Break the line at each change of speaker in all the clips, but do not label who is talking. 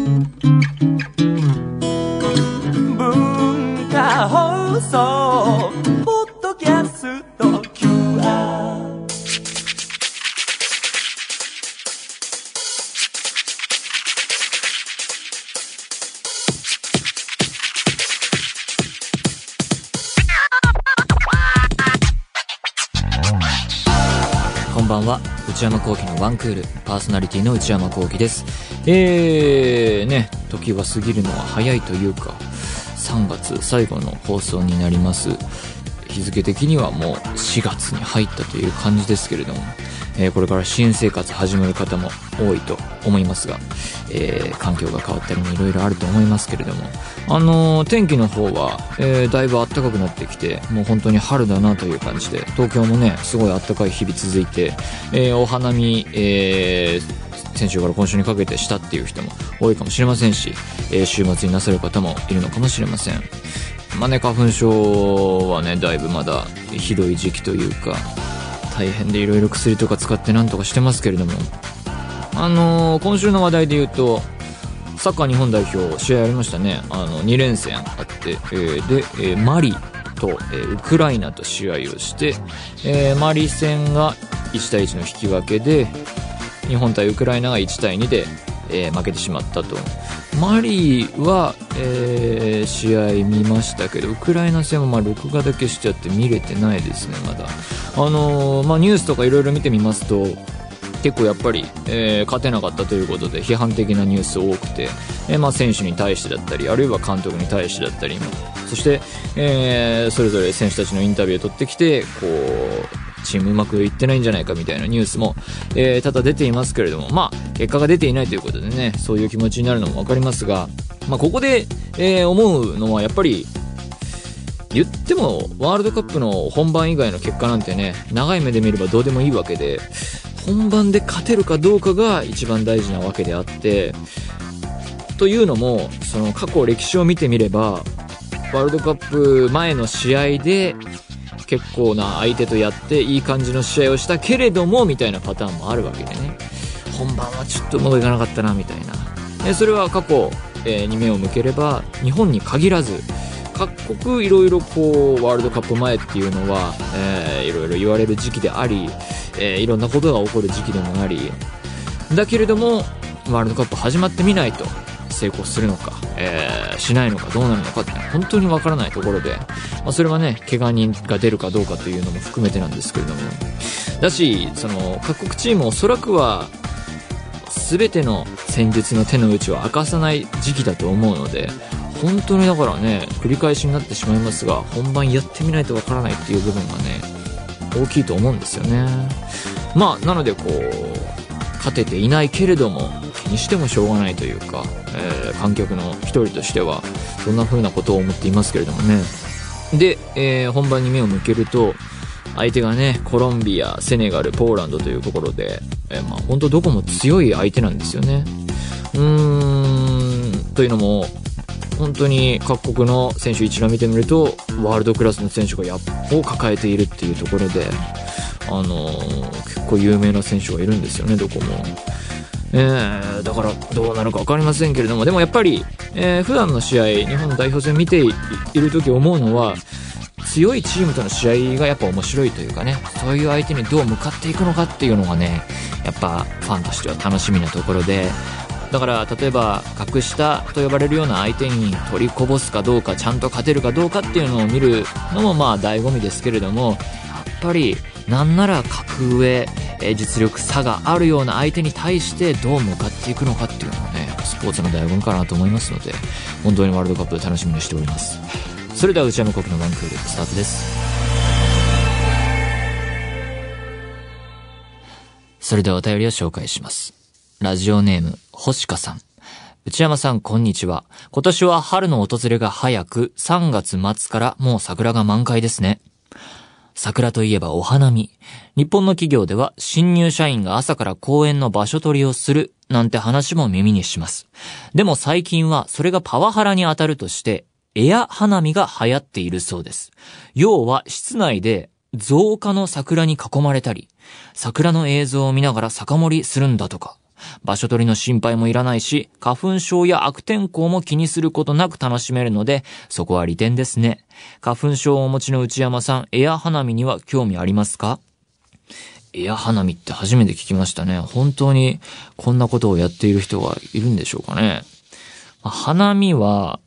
文化放送ポッドキャスト QR。
こんばんは、内山聖輝のワンクールパーソナリティの内山聖輝です。ね、時は過ぎるのは早いというか、3月最後の放送になります。日付的にはもう4月に入ったという感じですけれども、これから新生活始める方も多いと思いますが、環境が変わったりもいろいろあると思いますけれども、天気の方は、だいぶ暖かくなってきて、もう本当に春だなという感じで、東京もねすごい暖かい日々続いて、お花見、先週から今週にかけてしたっていう人も多いかもしれませんし、週末になさる方もいるのかもしれません。まあね、花粉症はねだいぶまだひどい時期というか大変で、いろいろ薬とか使ってなんとかしてますけれども、今週の話題で言うとサッカー日本代表試合ありましたね。2連戦あって、で、マリと、ウクライナと試合をして、マリ戦が1対1の引き分けで、日本対ウクライナが1対2で、負けてしまったと。マリは、試合見ましたけど、ウクライナ戦は録画だけしちゃって見れてないですね、まだ。ニュースとかいろいろ見てみますと、結構やっぱり、勝てなかったということで批判的なニュース多くて、選手に対してだったり、あるいは監督に対してだったり、そして、それぞれ選手たちのインタビューを取ってきて、こうチームうまくいってないんじゃないかみたいなニュースも、多々出ていますけれども、結果が出ていないということでね、そういう気持ちになるのも分かりますが、ここで、思うのはやっぱり言ってもワールドカップの本番以外の結果なんてね、長い目で見ればどうでもいいわけで、本番で勝てるかどうかが一番大事なわけであって、というのもその過去歴史を見てみれば、ワールドカップ前の試合で結構な相手とやっていい感じの試合をしたけれどもみたいなパターンもあるわけでね、本番はちょっとうまくいかなかったなみたいな、それは過去、に目を向ければ日本に限らず各国いろいろこうワールドカップ前っていうのは、いろいろ言われる時期であり、いろんなことが起こる時期でもあり、だけれどもワールドカップ始まってみないと成功するのか、しないのかどうなるのかって本当にわからないところで、それはね怪我人が出るかどうかというのも含めてなんですけれども、だしその各国チームおそらくは全ての戦術の手の内を明かさない時期だと思うので、本当にだからね繰り返しになってしまいますが、本番やってみないとわからないっていう部分がね大きいと思うんですよね。なのでこう勝てていないけれども気にしてもしょうがないというか、観客の一人としてはそんな風なことを思っていますけれどもね。で、本番に目を向けると相手がねコロンビア、セネガル、ポーランドというところで、本当どこも強い相手なんですよね。というのも本当に各国の選手一覧見てみるとワールドクラスの選手がを抱えているっていうところで、結構有名な選手がいるんですよね、どこも。だからどうなるか分かりませんけれども、でもやっぱり、普段の試合、日本代表戦見ているとき思うのは、強いチームとの試合がやっぱ面白いというかね、そういう相手にどう向かっていくのかっていうのがね、やっぱファンとしては楽しみなところで、だから例えば格下と呼ばれるような相手に取りこぼすかどうか、ちゃんと勝てるかどうかっていうのを見るのも醍醐味ですけれども、やっぱりなんなら格上、実力差があるような相手に対してどう向かっていくのかっていうのはね、スポーツの醍醐味かなと思いますので、本当にワールドカップで楽しみにしております。それでは内山聖輝のワンクールスタートです。それではお便りを紹介します。ラジオネーム星香さん。内山さんこんにちは。今年は春の訪れが早く、3月末からもう桜が満開ですね。桜といえばお花見。日本の企業では新入社員が朝から公園の場所取りをするなんて話も耳にします。でも最近はそれがパワハラに当たるとしてエア花見が流行っているそうです。要は室内で造花の桜に囲まれたり、桜の映像を見ながら酒盛りするんだとか。 場所取りの心配もいらないし、花粉症や悪天候も気にすることなく楽しめるので、そこは利点ですね。花粉症をお持ちの内山さん、エア花見には興味ありますか？エア花見って初めて聞きましたね。本当にこんなことをやっている人がいるんでしょうかね。花見は、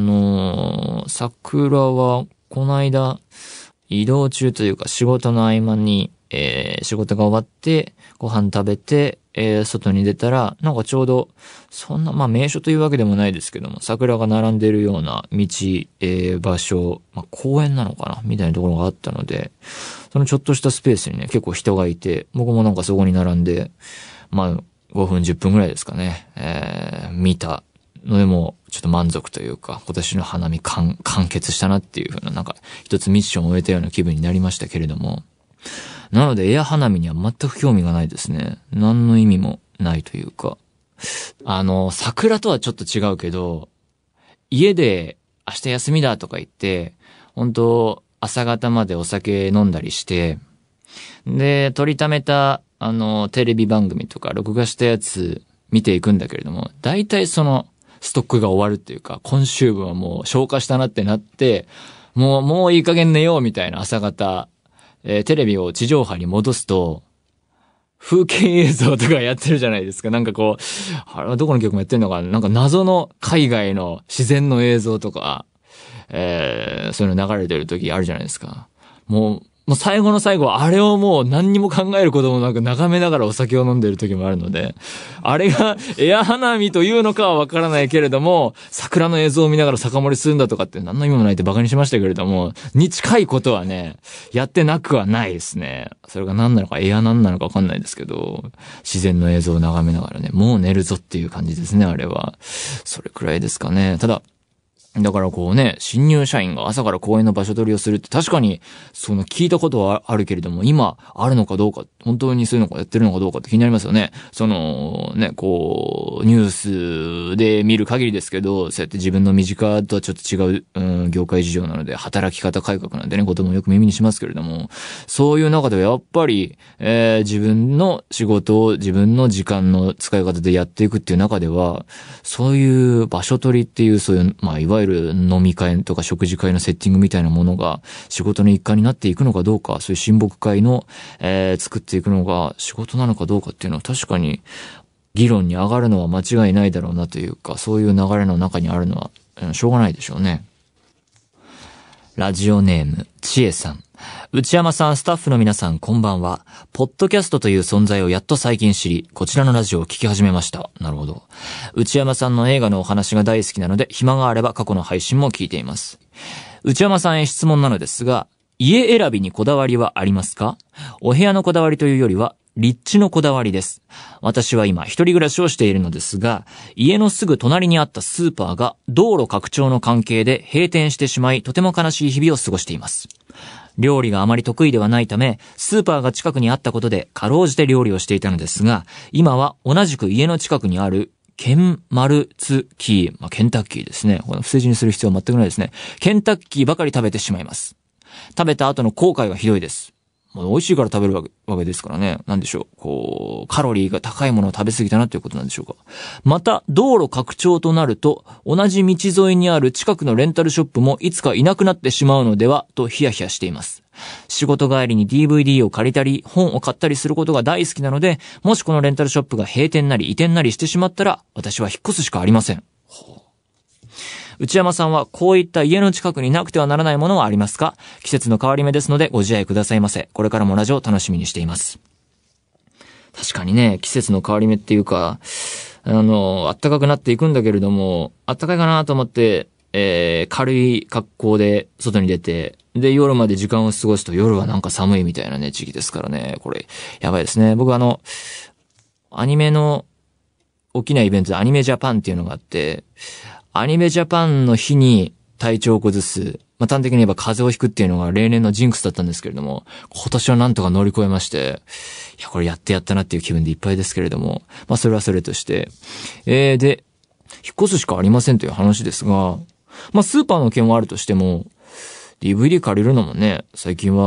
桜はこの間移動中というか仕事の合間に、仕事が終わってご飯食べて、外に出たらなんかちょうどそんな名所というわけでもないですけども桜が並んでいるような道、場所、公園なのかなみたいなところがあったので、そのちょっとしたスペースにね結構人がいて、僕もなんかそこに並んで5分10分ぐらいですかね、見たのでもちょっと満足というか、今年の花見完結したなっていう風な、なんか一つミッションを終えたような気分になりましたけれども、なのでエア花見には全く興味がないですね。何の意味もないというか、桜とはちょっと違うけど、家で明日休みだとか言って本当朝方までお酒飲んだりして、で撮りためたテレビ番組とか録画したやつ見ていくんだけれども、大体そのストックが終わるっていうか、今週分はもう消化したなってなって、もういい加減寝ようみたいな朝方、テレビを地上波に戻すと、風景映像とかやってるじゃないですか。なんかこう、あれはどこの曲もやってんのかな、なんか謎の海外の自然の映像とか、そういうの流れてる時あるじゃないですか。もう最後の最後、あれをもう何にも考えることもなく眺めながらお酒を飲んでる時もあるので、あれがエア花見というのかはわからないけれども、桜の映像を見ながら酒盛りするんだとかって何の意味もないってバカにしましたけれども、に近いことはね、やってなくはないですね。それが何なのか、エア何なのかわかんないですけど、自然の映像を眺めながらね、もう寝るぞっていう感じですね、あれは。それくらいですかね。ただからこうね、新入社員が朝から公園の場所取りをするって確かにその聞いたことはあるけれども、今あるのかどうか、本当にそういうのかやってるのかどうかって気になりますよね。そのね、こうニュースで見る限りですけど、そうやって自分の身近とはちょっと違う、業界事情なので働き方改革なんてね、こともよく耳にしますけれども、そういう中ではやっぱり、自分の仕事を自分の時間の使い方でやっていくっていう中では、そういう場所取りっていうそういういわゆる飲み会とか食事会のセッティングみたいなものが仕事の一環になっていくのかどうか、そういう親睦会の、作っていくのが仕事なのかどうかっていうのは確かに議論に上がるのは間違いないだろうなというか、そういう流れの中にあるのはしょうがないでしょうね。ラジオネームちえさん。内山さん、スタッフの皆さん、こんばんは。ポッドキャストという存在をやっと最近知り、こちらのラジオを聞き始めました。なるほど。内山さんの映画のお話が大好きなので、暇があれば過去の配信も聞いています。内山さんへ質問なのですが、家選びにこだわりはありますか？お部屋のこだわりというよりは、立地のこだわりです。私は今一人暮らしをしているのですが、家のすぐ隣にあったスーパーが道路拡張の関係で閉店してしまい、とても悲しい日々を過ごしています。料理があまり得意ではないため、スーパーが近くにあったことでかろうじて料理をしていたのですが、今は同じく家の近くにあるケンマルツキー、ケンタッキーですね。この不正字にする必要は全くないですね。ケンタッキーばかり食べてしまいます。食べた後の後悔がひどいです。美味しいから食べるわけですからね。なんでしょう。カロリーが高いものを食べ過ぎたなということなんでしょうか。また、道路拡張となると、同じ道沿いにある近くのレンタルショップもいつかいなくなってしまうのでは、とヒヤヒヤしています。仕事帰りに DVD を借りたり、本を買ったりすることが大好きなので、もしこのレンタルショップが閉店なり移転なりしてしまったら、私は引っ越すしかありません。内山さんはこういった家の近くになくてはならないものはありますか？季節の変わり目ですのでご自愛くださいませ。これからもラジオを楽しみにしています。確かにね、季節の変わり目っていうか、暖かくなっていくんだけれども、暖かいかなと思って、軽い格好で外に出て、で、夜まで時間を過ごすと夜はなんか寒いみたいなね、時期ですからね、これ、やばいですね。僕アニメの大きなイベントでアニメジャパンっていうのがあって、アニメジャパンの日に体調を崩す。端的に言えば風邪をひくっていうのが例年のジンクスだったんですけれども、今年はなんとか乗り越えまして、いや、これやってやったなっていう気分でいっぱいですけれども、それはそれとして。で、引っ越すしかありませんという話ですが、スーパーの件はあるとしても、DVD 借りるのもね、最近は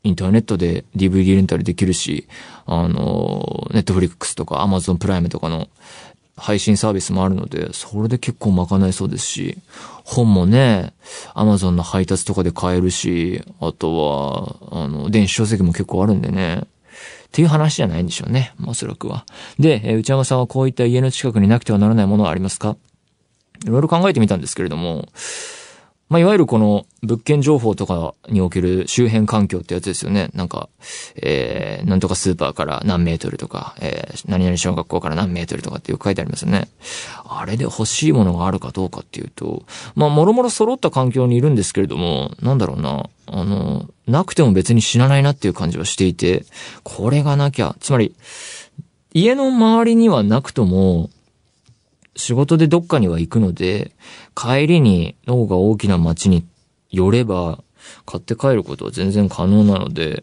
インターネットで DVD レンタルできるし、Netflix とか Amazon プライムとかの配信サービスもあるので、それで結構賄えそうですし、本もね、Amazon の配達とかで買えるし、あとは、電子書籍も結構あるんでね。っていう話じゃないんでしょうね。おそらくは。で、内山さんはこういった家の近くになくてはならないものはありますか？いろいろ考えてみたんですけれども、いわゆるこの物件情報とかにおける周辺環境ってやつですよね。なんとかスーパーから何メートルとか、何々小学校から何メートルとかってよく書いてありますよね。あれで欲しいものがあるかどうかっていうと、もろもろ揃った環境にいるんですけれども、なんだろうな、なくても別に死なないなっていう感じはしていて、これがなきゃ、つまり、家の周りにはなくとも、仕事でどっかには行くので、帰りに脳が大きな街に寄れば、買って帰ることは全然可能なので、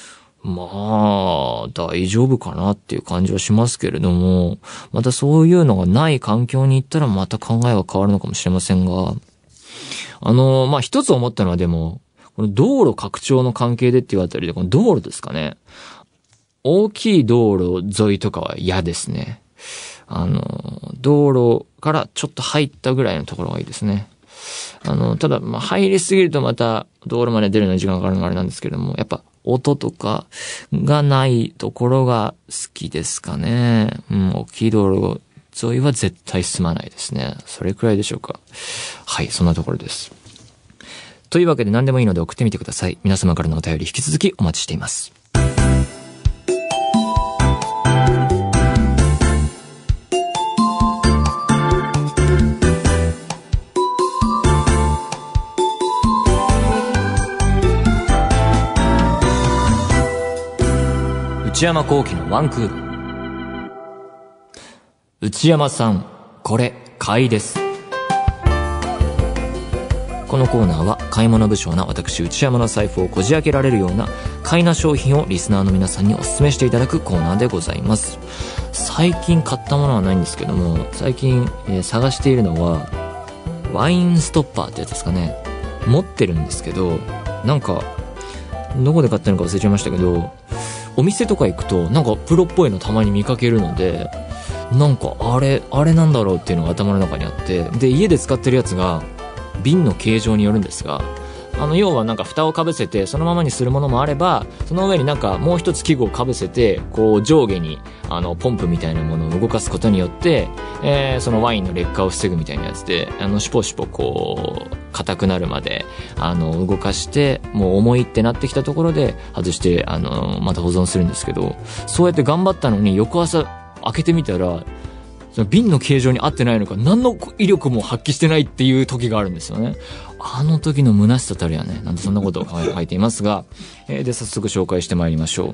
大丈夫かなっていう感じはしますけれども、またそういうのがない環境に行ったらまた考えは変わるのかもしれませんが、一つ思ったのはでも、この道路拡張の関係でっていうあたりで、この道路ですかね。大きい道路沿いとかは嫌ですね。道路からちょっと入ったぐらいのところがいいですね。ただ、入りすぎるとまた道路まで出るのに時間がかかるのがあれなんですけれども、やっぱ音とかがないところが好きですかね。大きい道路沿いは絶対進まないですね。それくらいでしょうか。はい、そんなところです。というわけで何でもいいので送ってみてください。皆様からのお便り引き続きお待ちしています。内山聖輝のワンクール。内山さん、これ買いです。このコーナーは買い物不詳な私内山の財布をこじ開けられるような買いな商品をリスナーの皆さんにお勧めしていただくコーナーでございます。最近買ったものはないんですけども、最近、探しているのはワインストッパーってやつですかね。持ってるんですけど、なんかどこで買ったのか忘れちゃいましたけど、お店とか行くとなんかプロっぽいのたまに見かけるので、なんかあれなんだろうっていうのが頭の中にあって、で家で使ってるやつが瓶の形状によるんですが、要はなんか蓋をかぶせてそのままにするものもあれば、その上になんかもう一つ器具をかぶせてこう上下にポンプみたいなものを動かすことによって、そのワインの劣化を防ぐみたいなやつで、シュポシュポこう硬くなるまで動かして、もう重いってなってきたところで外してまた保存するんですけど、そうやって頑張ったのに翌朝開けてみたら、その瓶の形状に合ってないのか何の威力も発揮してないっていう時があるんですよね。あの時の虚しさたるやね。なんでそんなことを書いていますが、で早速紹介してまいりましょう。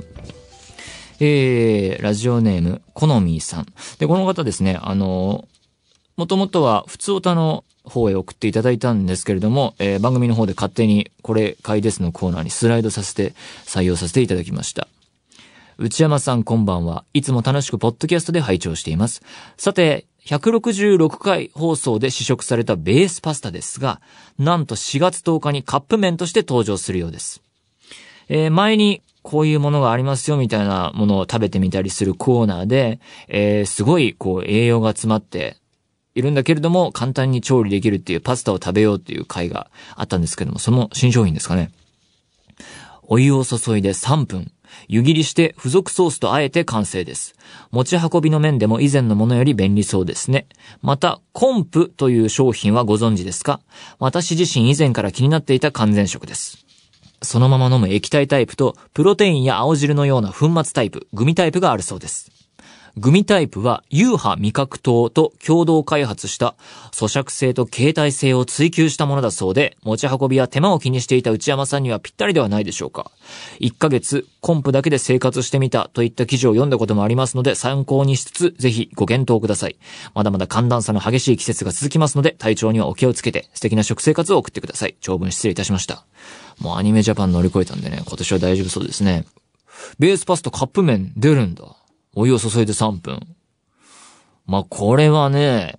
ラジオネームコノミーさんで、この方ですね、もともとは普通歌の方へ送っていただいたんですけれども、番組の方で勝手にこれ買いですのコーナーにスライドさせて採用させていただきました。内山さんこんばんは。いつも楽しくポッドキャストで拝聴しています。さて、166回放送で試食されたベースパスタですが、なんと4月10日にカップ麺として登場するようです。前にこういうものがありますよみたいなものを食べてみたりするコーナーで、すごいこう栄養が詰まっているんだけれども簡単に調理できるっていうパスタを食べようっていう回があったんですけども、その新商品ですかね。お湯を注いで3分。湯切りして付属ソースと和えて完成です。持ち運びの面でも以前のものより便利そうですね。また、コンプという商品はご存知ですか？私自身以前から気になっていた完全食です。そのまま飲む液体タイプと、プロテインや青汁のような粉末タイプ、グミタイプがあるそうです。グミタイプは、ユーハ味覚糖と共同開発した、咀嚼性と携帯性を追求したものだそうで、持ち運びや手間を気にしていた内山さんにはぴったりではないでしょうか。1ヶ月、コンプだけで生活してみたといった記事を読んだこともありますので、参考にしつつ、ぜひご検討ください。まだまだ寒暖差の激しい季節が続きますので、体調にはお気をつけて、素敵な食生活を送ってください。長文失礼いたしました。もうアニメジャパン乗り越えたんでね、今年は大丈夫そうですね。ベースパスタカップ麺出るんだ。お湯を注いで3分。これはね、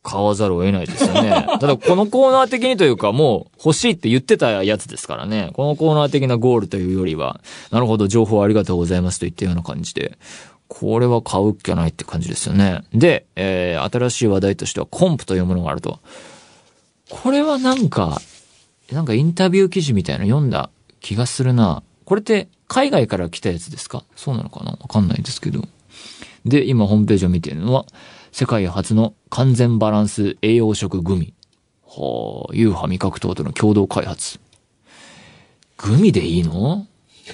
買わざるを得ないですよね。ただこのコーナー的にというかもう欲しいって言ってたやつですからね。このコーナー的なゴールというよりは、なるほど情報ありがとうございますといったような感じで、これは買うっきゃないって感じですよね。で、新しい話題としてはコンプというものがあると。これはなんかインタビュー記事みたいなの読んだ気がするな。これって海外から来たやつですか？そうなのかな？わかんないですけど。で、今ホームページを見ているのは、世界初の完全バランス栄養食グミ。はあ、UFA味覚等との共同開発。グミでいいの？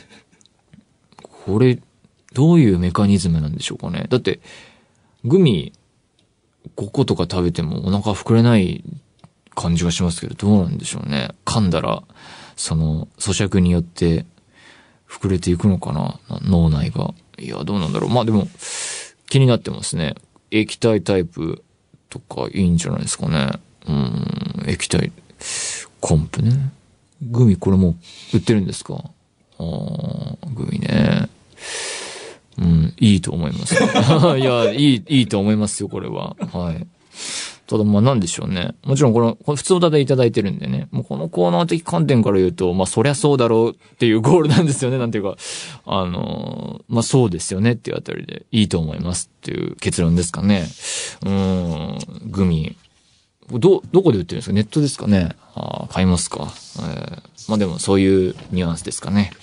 これ、どういうメカニズムなんでしょうかね。だって、グミ5個とか食べてもお腹膨れない感じがしますけど、どうなんでしょうね。噛んだら、その、咀嚼によって膨れていくのかな、脳内が。いや、どうなんだろう。まあでも、気になってますね。液体タイプとかいいんじゃないですかね。液体、コンプね。グミこれも売ってるんですか？グミね。いいと思います。いや、いいと思いますよ、これは。はい。ただ、まあなんでしょうね。もちろんこれ普通歌でいただいてるんでね。もうこのコーナー的観点から言うと、まあそりゃそうだろうっていうゴールなんですよね。なんていうか、まあそうですよねっていうあたりでいいと思いますっていう結論ですかね。グミ。どこで売ってるんですか？ネットですかね。買いますか。まあでもそういうニュアンスですかね。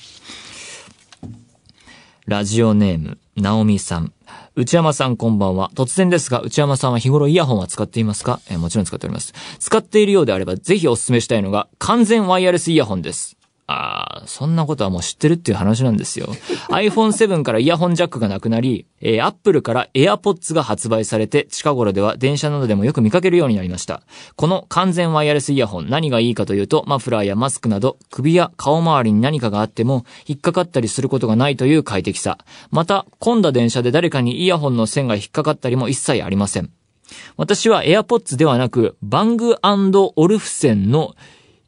ラジオネーム、なおみさん。内山さんこんばんは。突然ですが、内山さんは日頃イヤホンは使っていますか？もちろん使っております。使っているようであれば、ぜひお勧めしたいのが、完全ワイヤレスイヤホンです。そんなことはもう知ってるっていう話なんですよ。iPhone 7からイヤホンジャックがなくなり、Apple から AirPods が発売されて、近頃では電車などでもよく見かけるようになりました。この完全ワイヤレスイヤホン、何がいいかというと、マフラーやマスクなど、首や顔周りに何かがあっても、引っかかったりすることがないという快適さ。また、混んだ電車で誰かにイヤホンの線が引っかかったりも一切ありません。私は AirPods ではなく、バング&オルフセンの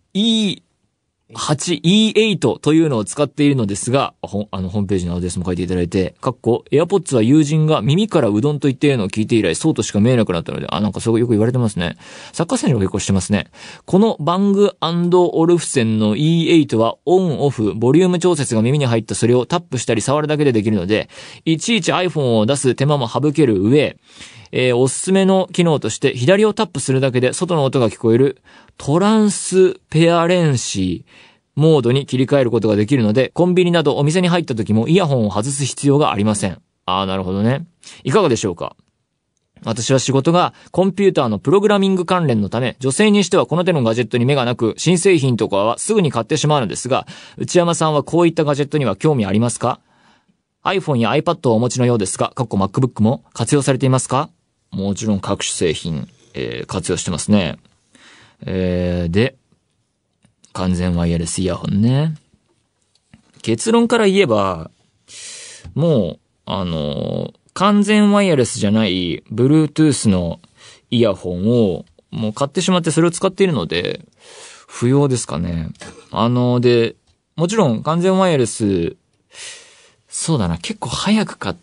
E8 というのを使っているのですが、ホームページのアドレスも書いていただいて、AirPods は友人が耳からうどんと言っているのを聞いて以来、そうとしか見えなくなったので、なんかそうよく言われてますね。サッカー選手が結構してますね。このバング&オルフセンの E8 はオンオフ、ボリューム調節が耳に入ったそれをタップしたり触るだけでできるので、いちいち iPhone を出す手間も省ける上、おすすめの機能として左をタップするだけで外の音が聞こえるトランスペアレンシーモードに切り替えることができるので、コンビニなどお店に入った時もイヤホンを外す必要がありません。なるほどね。いかがでしょうか？私は仕事がコンピューターのプログラミング関連のため、女性にしてはこの手のガジェットに目がなく、新製品とかはすぐに買ってしまうのですが、内山さんはこういったガジェットには興味ありますか？ iPhone や iPad をお持ちのようですが、MacBook も活用されていますか？もちろん各種製品、活用してますね。で、完全ワイヤレスイヤホンね。結論から言えば、もう、完全ワイヤレスじゃない Bluetooth のイヤホンをもう買ってしまってそれを使っているので、不要ですかね。で、もちろん完全ワイヤレス、そうだな、結構早く買って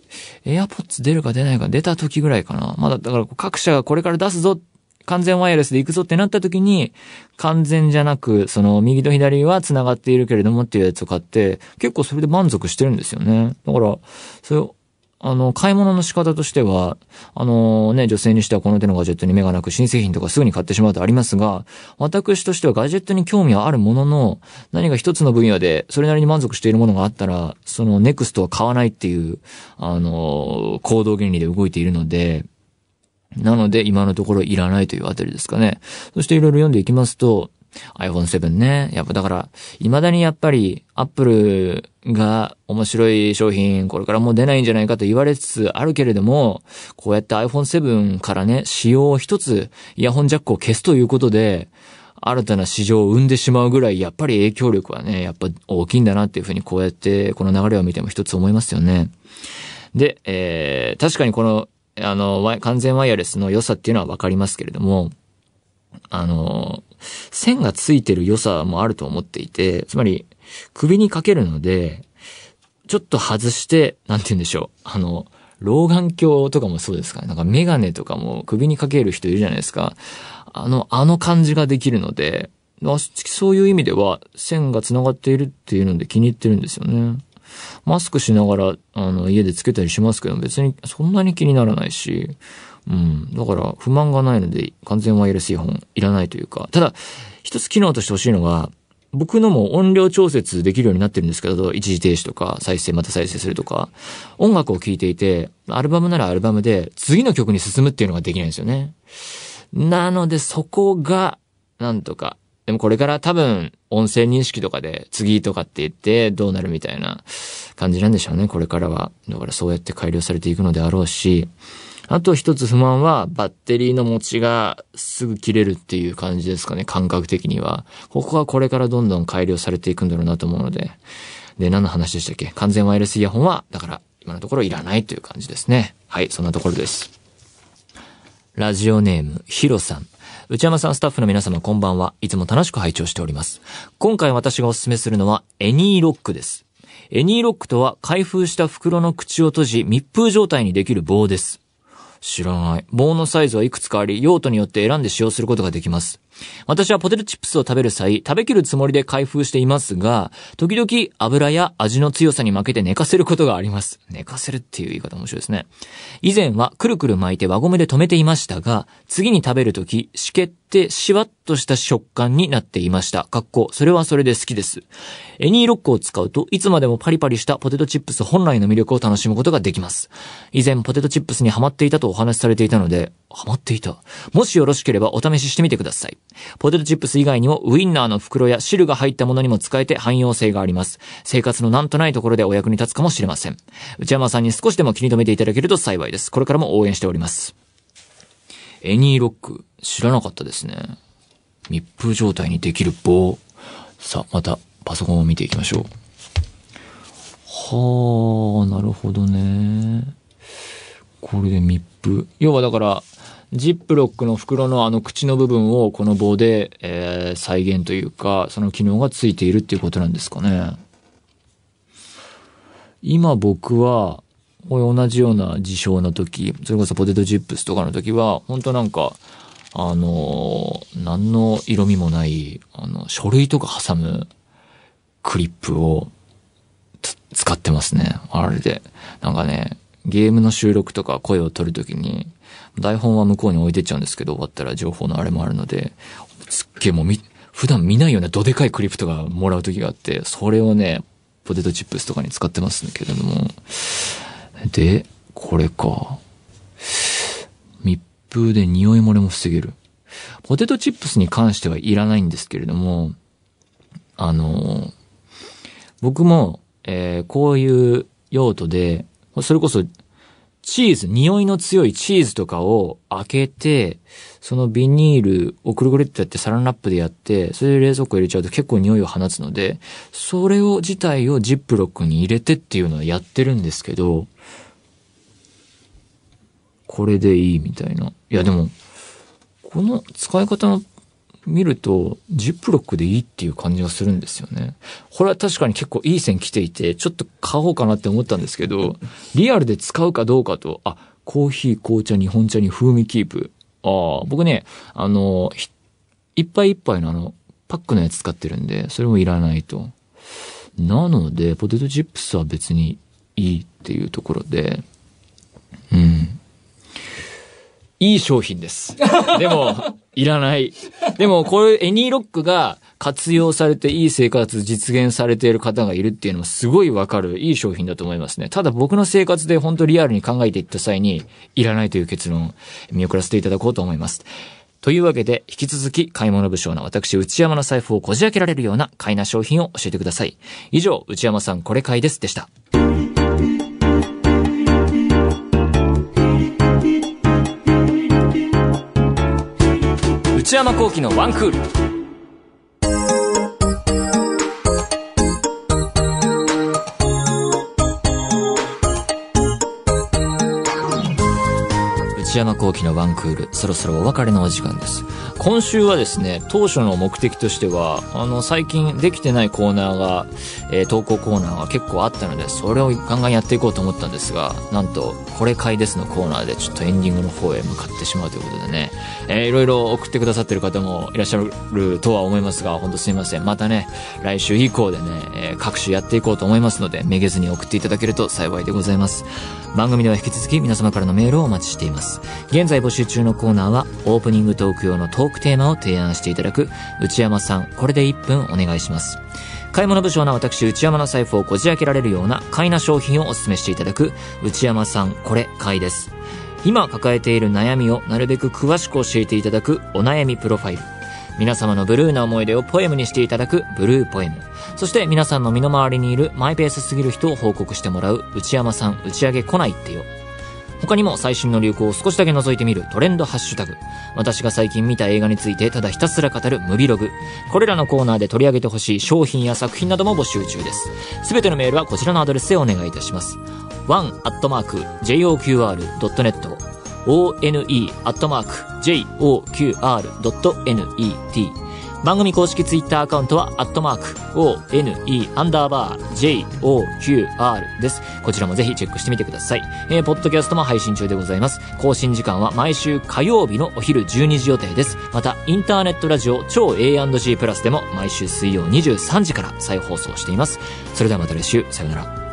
、AirPods 出るか出ないか出た時ぐらいかな。まだ、だから各社がこれから出すぞ、完全ワイヤレスで行くぞってなった時に、完全じゃなく、その右と左は繋がっているけれどもっていうやつを買って、結構それで満足してるんですよね。だから、それを、買い物の仕方としては、女性にしてはこの手のガジェットに目がなく新製品とかすぐに買ってしまうとありますが、私としてはガジェットに興味はあるものの、何か一つの分野でそれなりに満足しているものがあったら、そのネクストは買わないっていう、行動原理で動いているので、なので今のところいらないというあたりですかね。そしていろいろ読んでいきますと、iPhone 7ね。やっぱだから、未だにやっぱり Apple が面白い商品、これからもう出ないんじゃないかと言われつつあるけれども、こうやって iPhone 7からね、仕様を一つ、イヤホンジャックを消すということで、新たな市場を生んでしまうぐらい、やっぱり影響力はね、やっぱ大きいんだなっていうふうにこうやってこの流れを見ても一つ思いますよね。で、確かにこの、完全ワイヤレスの良さっていうのはわかりますけれども、線がついてる良さもあると思っていて、つまり首にかけるので、ちょっと外して、なんて言うんでしょう、 老眼鏡とかもそうですかね。なんかメガネとかも首にかける人いるじゃないですか。あの感じができるので、そういう意味では線が繋がっているっていうので気に入ってるんですよね。マスクしながら、家でつけたりしますけど、別にそんなに気にならないし、だから不満がないので、完全ワイヤレスイヤホンいらないというか、ただ、一つ機能として欲しいのが、僕のも音量調節できるようになってるんですけど、一時停止とか、また再生するとか、音楽を聴いていて、アルバムならアルバムで、次の曲に進むっていうのができないんですよね。なので、そこが、なんとか、でもこれから多分音声認識とかで次とかって言ってどうなるみたいな感じなんでしょうね、これからは。だからそうやって改良されていくのであろうし、あと一つ不満はバッテリーの持ちがすぐ切れるっていう感じですかね、感覚的には。ここはこれからどんどん改良されていくんだろうなと思うので。で、何の話でしたっけ？完全ワイヤレスイヤホンは、だから今のところいらないという感じですね。はい、そんなところです。ラジオネーム、ヒロさん。内山さん、スタッフの皆様こんばんは。いつも楽しく拝聴しております。今回私がお勧めするのはエニーロックです。エニーロックとは開封した袋の口を閉じ密封状態にできる棒です。知らない。棒のサイズはいくつかあり、用途によって選んで使用することができます。私はポテトチップスを食べる際、食べきるつもりで開封していますが、時々油や味の強さに負けて寝かせることがあります。寝かせるっていう言い方面白いですね。以前はくるくる巻いて輪ゴムで留めていましたが、次に食べるとき、しけってしわっとした食感になっていました。それはそれで好きです。エニーロックを使うといつまでもパリパリしたポテトチップス本来の魅力を楽しむことができます。以前ポテトチップスにハマっていたとお話しされていたので、もしよろしければお試ししてみてください。ポテトチップス以外にもウインナーの袋や汁が入ったものにも使えて汎用性があります。生活のなんとないところでお役に立つかもしれません。内山さんに少しでも気に留めていただけると幸いです。これからも応援しております。エニーロック、知らなかったですね。密封状態にできる棒。さあ、またパソコンを見ていきましょう。はあ、なるほどね。これで密封。要はだから、ジップロックの袋の口の部分をこの棒で、再現というか、その機能がついているっていうことなんですかね。今僕は、こういう同じような事象の時、それこそポテトチップスとかの時は、本当なんか、何の色味もない、書類とか挟むクリップを使ってますね。あれで。なんかね、ゲームの収録とか声を取るときに、台本は向こうに置いてっちゃうんですけど、終わったら情報のあれもあるので、すっげえもう普段見ないようなどでかいクリップとかもらうときがあって、それをね、ポテトチップスとかに使ってますけれども。で、これか。密封で匂い漏れも防げる。ポテトチップスに関してはいらないんですけれども、僕も、こういう用途で、それこそ匂いの強いチーズとかを開けて、そのビニールをくるくるってやってサランラップでやって、それで冷蔵庫入れちゃうと結構匂いを放つので、それを自体をジップロックに入れてっていうのはやってるんですけど、これでいいみたいな。いやでも、この使い方の見ると、ジップロックでいいっていう感じがするんですよね。これは確かに結構いい線来ていて、ちょっと買おうかなって思ったんですけど、リアルで使うかどうかと、コーヒー、紅茶、日本茶に風味キープ。僕ね、一杯一杯のパックのやつ使ってるんで、それもいらないと。なので、ポテトチップスは別にいいっていうところで、いい商品です。でも、いらない。でも、こういうエニーロックが活用されていい生活実現されている方がいるっていうのもすごいわかるいい商品だと思いますね。ただ僕の生活で本当リアルに考えていった際に、いらないという結論、見送らせていただこうと思います。というわけで、引き続き買い物不詳な私、内山の財布をこじ開けられるような買いな商品を教えてください。以上、内山さんこれ買いですでした。内山聖輝のワンクール。内内山聖輝のワンクール、そろそろお別れのお時間です。今週はですね、当初の目的としては最近できてないコーナーが、投稿コーナーが結構あったので、それをガンガンやっていこうと思ったんですが、なんとこれ回ですのコーナーでちょっとエンディングの方へ向かってしまうということでね、いろいろ送ってくださってる方もいらっしゃるとは思いますが、本当すいません。またね、来週以降でね、各種やっていこうと思いますので、めげずに送っていただけると幸いでございます。番組では引き続き皆様からのメールをお待ちしています。現在募集中のコーナーは、オープニングトーク用のトークテーマを提案していただく内山さん、これで1分お願いします。買い物不詳な私内山の財布をこじ開けられるような買いな商品をお勧めしていただく内山さん、これ買いです。今抱えている悩みをなるべく詳しく教えていただくお悩みプロファイル、皆様のブルーな思い出をポエムにしていただくブルーポエム、そして皆さんの身の回りにいるマイペースすぎる人を報告してもらう内山さん打ち上げ来ないってよ。他にも最新の流行を少しだけ覗いてみるトレンドハッシュタグ、私が最近見た映画についてただひたすら語るムビログ、これらのコーナーで取り上げてほしい商品や作品なども募集中です。すべてのメールはこちらのアドレスでお願いいたします。one@joqr.net one@joqr.net、 番組公式ツイッターアカウントは@one_joqr です。こちらもぜひチェックしてみてください。ポッドキャストも配信中でございます。更新時間は毎週火曜日のお昼12時予定です。またインターネットラジオ超 A&G プラスでも毎週水曜23時から再放送しています。それではまた来週、さよなら。